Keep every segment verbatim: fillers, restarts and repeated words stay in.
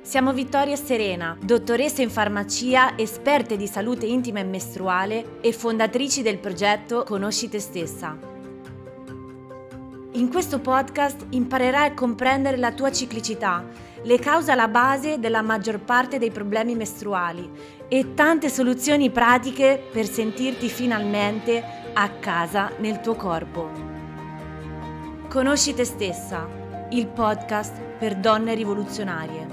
Siamo Vittoria e Serena, dottoresse in farmacia, esperte di salute intima e mestruale e fondatrici del progetto Conosci te stessa. In questo podcast imparerai a comprendere la tua ciclicità, le cause alla base della maggior parte dei problemi mestruali e tante soluzioni pratiche per sentirti finalmente a casa nel tuo corpo. Conosci te stessa, il podcast per donne rivoluzionarie.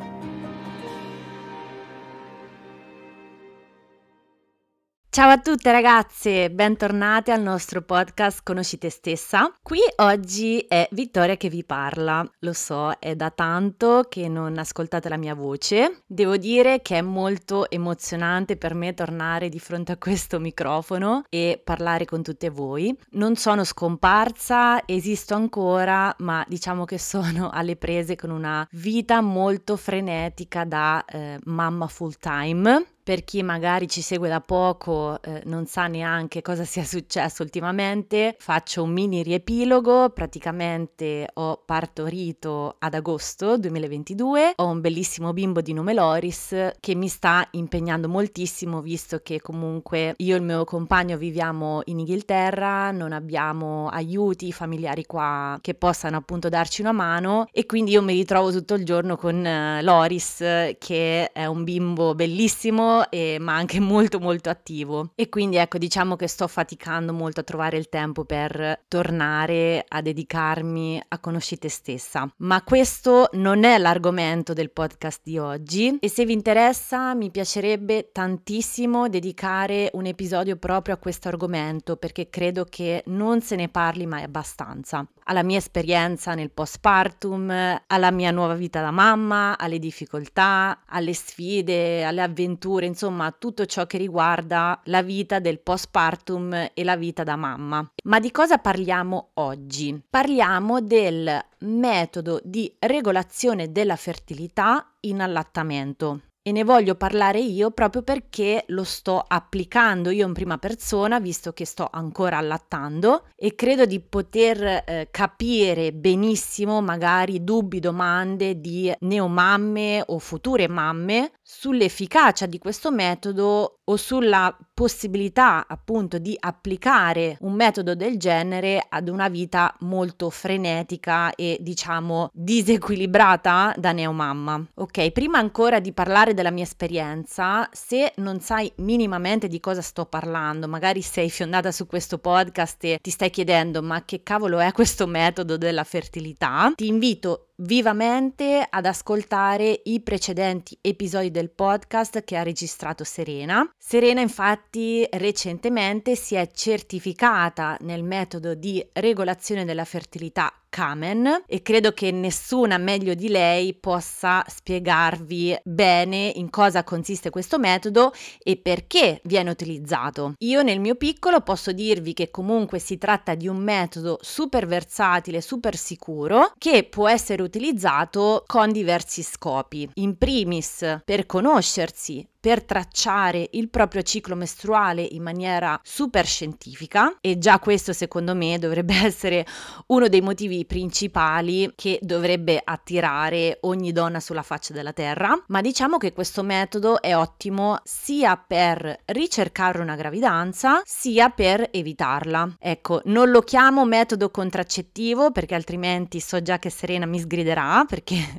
Ciao a tutte ragazze, bentornate al nostro podcast Conosci te stessa. Qui oggi è Vittoria che vi parla. Lo so, è da tanto che non ascoltate la mia voce. Devo dire che è molto emozionante per me tornare di fronte a questo microfono e parlare con tutte voi. Non sono scomparsa, esisto ancora, ma diciamo che sono alle prese con una vita molto frenetica da eh, mamma full time. Per chi magari ci segue da poco eh, non sa neanche cosa sia successo ultimamente, faccio un mini riepilogo. Praticamente ho partorito ad agosto duemilaventidue, ho un bellissimo bimbo di nome Loris che mi sta impegnando moltissimo, visto che comunque io e il mio compagno viviamo in Inghilterra, non abbiamo aiuti familiari qua che possano appunto darci una mano, e quindi io mi ritrovo tutto il giorno con uh, Loris, che è un bimbo bellissimo E, ma anche molto molto attivo, e quindi ecco, diciamo che sto faticando molto a trovare il tempo per tornare a dedicarmi a Conosci te stessa, ma questo non è l'argomento del podcast di oggi, e se vi interessa mi piacerebbe tantissimo dedicare un episodio proprio a questo argomento, perché credo che non se ne parli mai abbastanza. Alla mia esperienza nel postpartum, alla mia nuova vita da mamma, alle difficoltà, alle sfide, alle avventure, insomma tutto ciò che riguarda la vita del postpartum e la vita da mamma. Ma di cosa parliamo oggi? Parliamo del metodo di regolazione della fertilità in allattamento. E ne voglio parlare io proprio perché lo sto applicando io in prima persona, visto che sto ancora allattando, e credo di poter eh, capire benissimo magari dubbi, domande di neomamme o future mamme sull'efficacia di questo metodo o sulla possibilità appunto di applicare un metodo del genere ad una vita molto frenetica e diciamo disequilibrata da neomamma. Ok, prima ancora di parlare della mia esperienza, se non sai minimamente di cosa sto parlando, magari sei fiondata su questo podcast e ti stai chiedendo ma che cavolo è questo metodo della fertilità, ti invito vivamente ad ascoltare i precedenti episodi del podcast che ha registrato Serena. Serena infatti recentemente si è certificata nel metodo di regolazione della fertilità Kamen, e credo che nessuna meglio di lei possa spiegarvi bene in cosa consiste questo metodo e perché viene utilizzato. Io nel mio piccolo posso dirvi che comunque si tratta di un metodo super versatile, super sicuro, che può essere utilizzato con diversi scopi. In primis per conoscersi, per tracciare il proprio ciclo mestruale in maniera super scientifica, e già questo secondo me dovrebbe essere uno dei motivi principali che dovrebbe attirare ogni donna sulla faccia della terra. Ma diciamo che questo metodo è ottimo sia per ricercare una gravidanza sia per evitarla. Ecco, non lo chiamo metodo contraccettivo perché altrimenti so già che Serena mi sgriderà, perché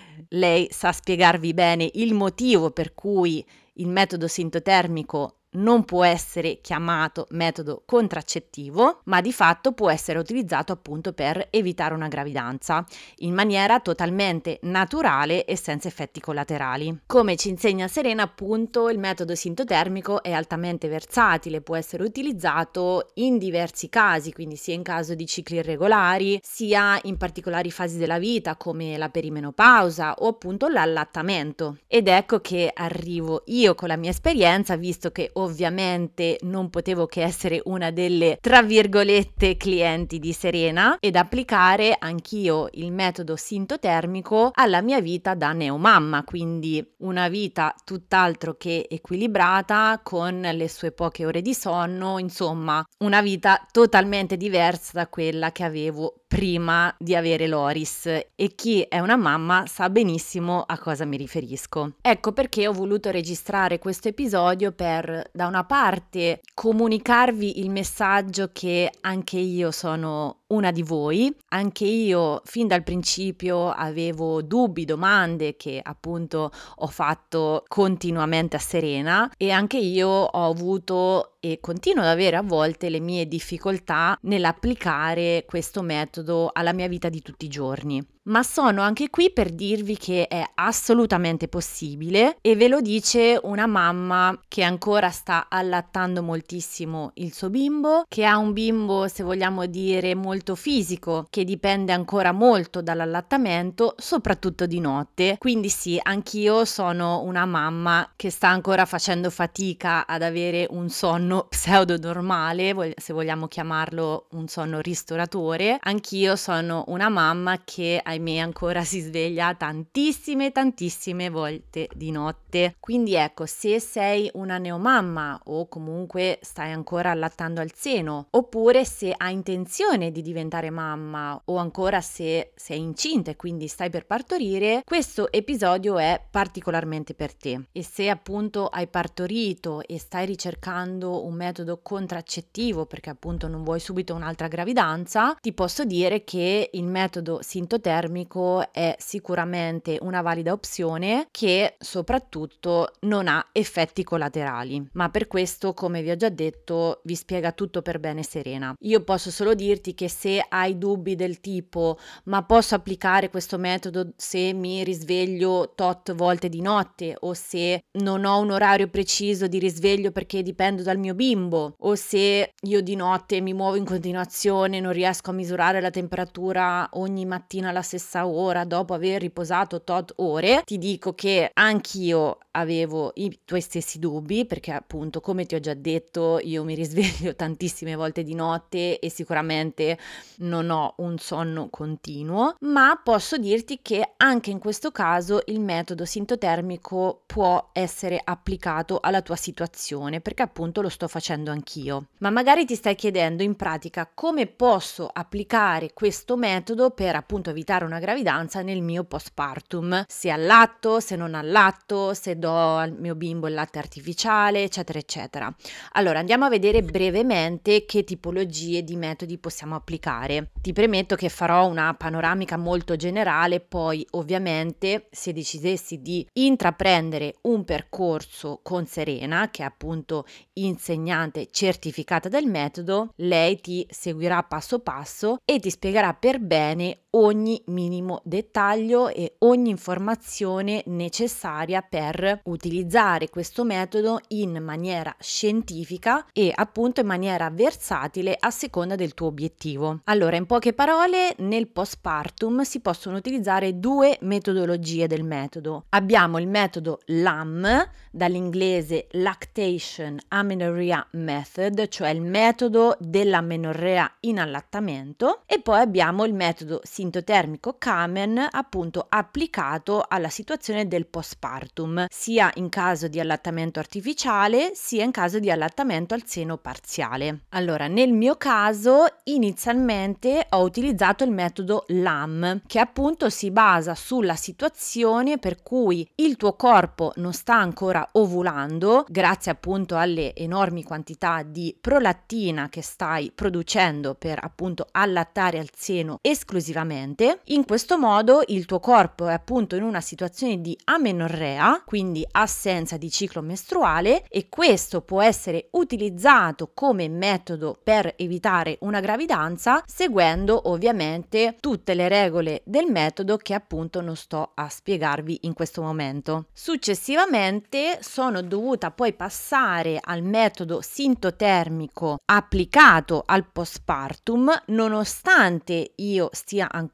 lei sa spiegarvi bene il motivo per cui il metodo sintotermico non può essere chiamato metodo contraccettivo, ma di fatto può essere utilizzato appunto per evitare una gravidanza in maniera totalmente naturale e senza effetti collaterali. Come ci insegna Serena, appunto, il metodo sintotermico è altamente versatile, può essere utilizzato in diversi casi, quindi sia in caso di cicli irregolari, sia in particolari fasi della vita come la perimenopausa o appunto l'allattamento. Ed ecco che arrivo io con la mia esperienza, visto che ovviamente non potevo che essere una delle, tra virgolette, clienti di Serena, ed applicare anch'io il metodo sintotermico alla mia vita da neomamma, quindi una vita tutt'altro che equilibrata, con le sue poche ore di sonno, insomma una vita totalmente diversa da quella che avevo prima di avere Loris, e chi è una mamma sa benissimo a cosa mi riferisco. Ecco perché ho voluto registrare questo episodio per, da una parte, comunicarvi il messaggio che anche io sono una di voi, anche io fin dal principio avevo dubbi, domande che appunto ho fatto continuamente a Serena, e anche io ho avuto e continuo ad avere a volte le mie difficoltà nell'applicare questo metodo alla mia vita di tutti i giorni. Ma sono anche qui per dirvi che è assolutamente possibile, e ve lo dice una mamma che ancora sta allattando moltissimo il suo bimbo, che ha un bimbo, se vogliamo dire, molto fisico, che dipende ancora molto dall'allattamento, soprattutto di notte. Quindi sì, anch'io sono una mamma che sta ancora facendo fatica ad avere un sonno pseudo normale, se vogliamo chiamarlo un sonno ristoratore. Anch'io sono una mamma che ahimè ancora si sveglia tantissime tantissime volte di notte. Quindi ecco, se sei una neomamma o comunque stai ancora allattando al seno, oppure se hai intenzione di diventare mamma, o ancora se sei incinta e quindi stai per partorire, questo episodio è particolarmente per te. E se appunto hai partorito e stai ricercando un metodo contraccettivo perché appunto non vuoi subito un'altra gravidanza, ti posso dire che il metodo sintotermico è sicuramente una valida opzione, che soprattutto non ha effetti collaterali. Ma per questo, come vi ho già detto, vi spiega tutto per bene Serena. Io posso solo dirti che se hai dubbi del tipo ma posso applicare questo metodo se mi risveglio tot volte di notte, o se non ho un orario preciso di risveglio perché dipendo dal mio bimbo, o se io di notte mi muovo in continuazione, non riesco a misurare la temperatura ogni mattina alla stessa ora dopo aver riposato tot ore, ti dico che anch'io avevo i tuoi stessi dubbi, perché appunto, come ti ho già detto, io mi risveglio tantissime volte di notte e sicuramente non ho un sonno continuo. Ma posso dirti che anche in questo caso il metodo sintotermico può essere applicato alla tua situazione, perché appunto lo sto facendo anch'io. Ma magari ti stai chiedendo in pratica come posso applicare questo metodo per appunto evitare una gravidanza nel mio postpartum, se allatto, se non allatto, se do al mio bimbo il latte artificiale, eccetera eccetera. Allora andiamo a vedere brevemente che tipologie di metodi possiamo applicare. Ti premetto che farò una panoramica molto generale, poi ovviamente se decidessi di intraprendere un percorso con Serena, che è appunto insegnante certificata del metodo, lei ti seguirà passo passo e ti spiegherà per bene ogni minimo dettaglio e ogni informazione necessaria per utilizzare questo metodo in maniera scientifica e appunto in maniera versatile a seconda del tuo obiettivo. Allora, in poche parole, nel postpartum si possono utilizzare due metodologie del metodo. Abbiamo il metodo L A M, dall'inglese Lactation Amenorrhea Method, cioè il metodo dell'amenorrea in allattamento, e poi abbiamo il metodo sintotermico Kamen, appunto applicato alla situazione del postpartum, sia in caso di allattamento artificiale sia in caso di allattamento al seno parziale. Allora, nel mio caso inizialmente ho utilizzato il metodo L A M, che appunto si basa sulla situazione per cui il tuo corpo non sta ancora ovulando, grazie appunto alle enormi quantità di prolattina che stai producendo per appunto allattare al seno esclusivamente. In questo modo il tuo corpo è appunto in una situazione di amenorrea, quindi assenza di ciclo mestruale, e questo può essere utilizzato come metodo per evitare una gravidanza, seguendo ovviamente tutte le regole del metodo che appunto non sto a spiegarvi in questo momento. Successivamente sono dovuta poi passare al metodo sintotermico applicato al postpartum, nonostante io stia ancora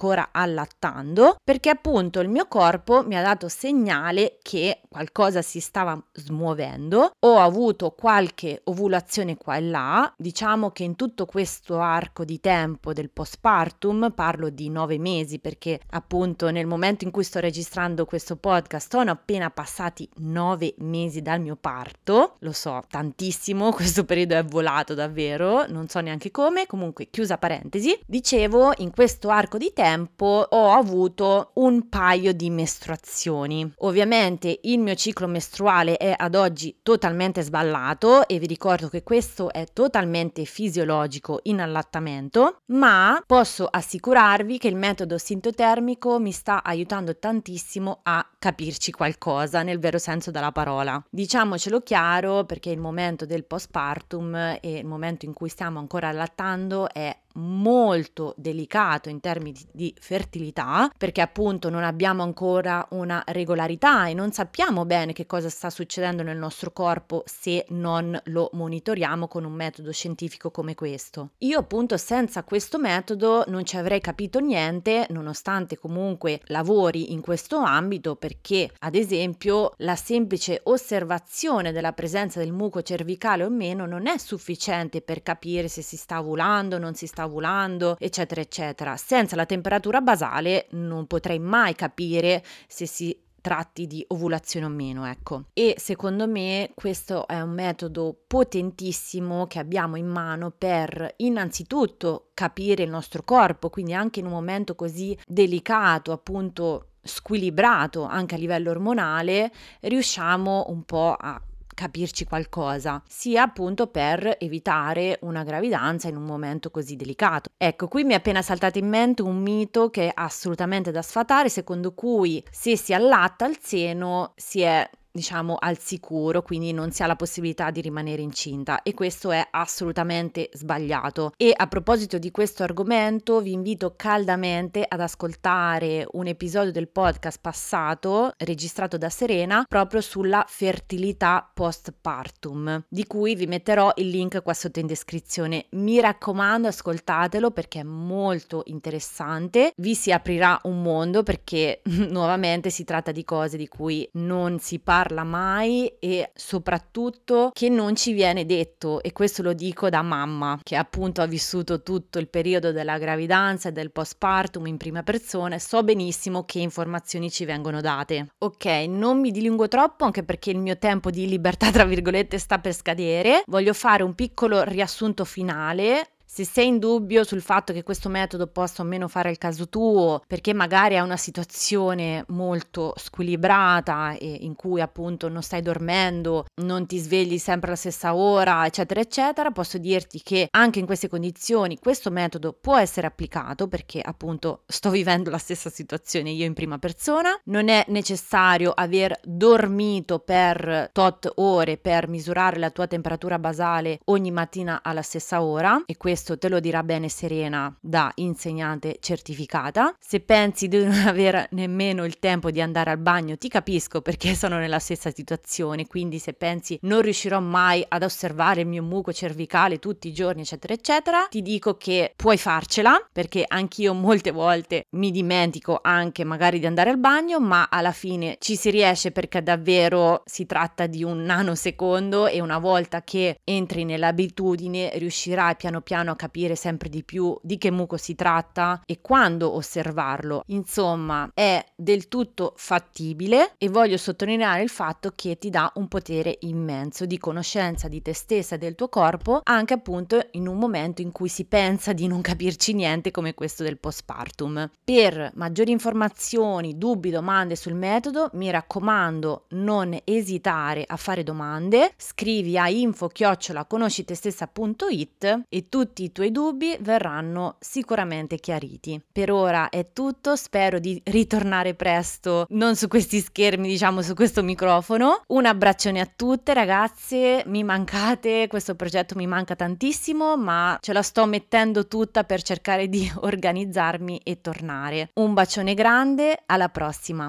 allattando, perché appunto il mio corpo mi ha dato segnale che qualcosa si stava smuovendo. Ho avuto qualche ovulazione qua e là, diciamo che in tutto questo arco di tempo del postpartum, parlo di nove mesi perché appunto nel momento in cui sto registrando questo podcast sono appena passati nove mesi dal mio parto, lo so, tantissimo, questo periodo è volato davvero, non so neanche come, comunque chiusa parentesi, dicevo in questo arco di tempo ho avuto un paio di mestruazioni. Ovviamente il mio ciclo mestruale è ad oggi totalmente sballato e vi ricordo che questo è totalmente fisiologico in allattamento, ma posso assicurarvi che il metodo sintotermico mi sta aiutando tantissimo a capirci qualcosa nel vero senso della parola. Diciamocelo chiaro, perché il momento del postpartum e il momento in cui stiamo ancora allattando è molto delicato in termini di fertilità, perché appunto non abbiamo ancora una regolarità e non sappiamo bene che cosa sta succedendo nel nostro corpo se non lo monitoriamo con un metodo scientifico come questo. Io appunto senza questo metodo non ci avrei capito niente, nonostante comunque lavori in questo ambito, perché ad esempio la semplice osservazione della presenza del muco cervicale o meno non è sufficiente per capire se si sta ovulando, non si sta ovulando, eccetera eccetera. Senza la temperatura basale non potrei mai capire se si tratti di ovulazione o meno, ecco. E secondo me questo è un metodo potentissimo che abbiamo in mano per innanzitutto capire il nostro corpo, quindi anche in un momento così delicato, appunto squilibrato anche a livello ormonale, riusciamo un po' a capirci qualcosa, sia appunto per evitare una gravidanza in un momento così delicato. Ecco, qui mi è appena saltato in mente un mito che è assolutamente da sfatare, secondo cui se si allatta al seno si è diciamo al sicuro, quindi non si ha la possibilità di rimanere incinta, e questo è assolutamente sbagliato. E a proposito di questo argomento vi invito caldamente ad ascoltare un episodio del podcast passato registrato da Serena proprio sulla fertilità postpartum, di cui vi metterò il link qua sotto in descrizione. Mi raccomando, ascoltatelo perché è molto interessante, vi si aprirà un mondo, perché nuovamente si tratta di cose di cui non si parla mai e soprattutto che non ci viene detto, e questo lo dico da mamma che appunto ha vissuto tutto il periodo della gravidanza e del postpartum in prima persona e so benissimo che informazioni ci vengono date. Ok, non mi dilungo troppo anche perché il mio tempo di libertà tra virgolette sta per scadere, voglio fare un piccolo riassunto finale. Se sei in dubbio sul fatto che questo metodo possa o meno fare il caso tuo, perché magari è una situazione molto squilibrata e in cui appunto non stai dormendo, non ti svegli sempre alla stessa ora, eccetera eccetera, posso dirti che anche in queste condizioni questo metodo può essere applicato, perché appunto sto vivendo la stessa situazione io in prima persona. Non è necessario aver dormito per tot ore per misurare la tua temperatura basale ogni mattina alla stessa ora, e questo te lo dirà bene Serena da insegnante certificata. Se pensi di non avere nemmeno il tempo di andare al bagno, ti capisco, perché sono nella stessa situazione, quindi se pensi non riuscirò mai ad osservare il mio muco cervicale tutti i giorni eccetera eccetera, ti dico che puoi farcela, perché anch'io molte volte mi dimentico anche magari di andare al bagno, ma alla fine ci si riesce, perché davvero si tratta di un nanosecondo e una volta che entri nell'abitudine riuscirai piano piano a capire sempre di più di che muco si tratta e quando osservarlo. Insomma, è del tutto fattibile e voglio sottolineare il fatto che ti dà un potere immenso di conoscenza di te stessa e del tuo corpo, anche appunto in un momento in cui si pensa di non capirci niente come questo del postpartum. Per maggiori informazioni, dubbi, domande sul metodo, mi raccomando, non esitare a fare domande, scrivi a info chiocciola conoscitestessa punto it e tutti i tuoi dubbi verranno sicuramente chiariti. Per ora è tutto, spero di ritornare presto, non su questi schermi, diciamo su questo microfono. Un abbraccione a tutte ragazze, mi mancate, questo progetto mi manca tantissimo, ma ce la sto mettendo tutta per cercare di organizzarmi e tornare. Un bacione grande, alla prossima!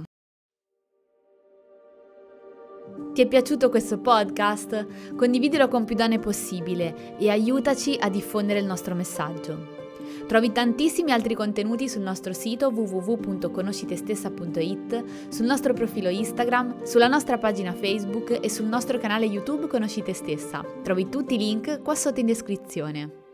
Ti è piaciuto questo podcast? Condividilo con più donne possibile e aiutaci a diffondere il nostro messaggio. Trovi tantissimi altri contenuti sul nostro sito w w w punto conoscitestessa punto i t, sul nostro profilo Instagram, sulla nostra pagina Facebook e sul nostro canale YouTube Conosci Te Stessa. Trovi tutti i link qua sotto in descrizione.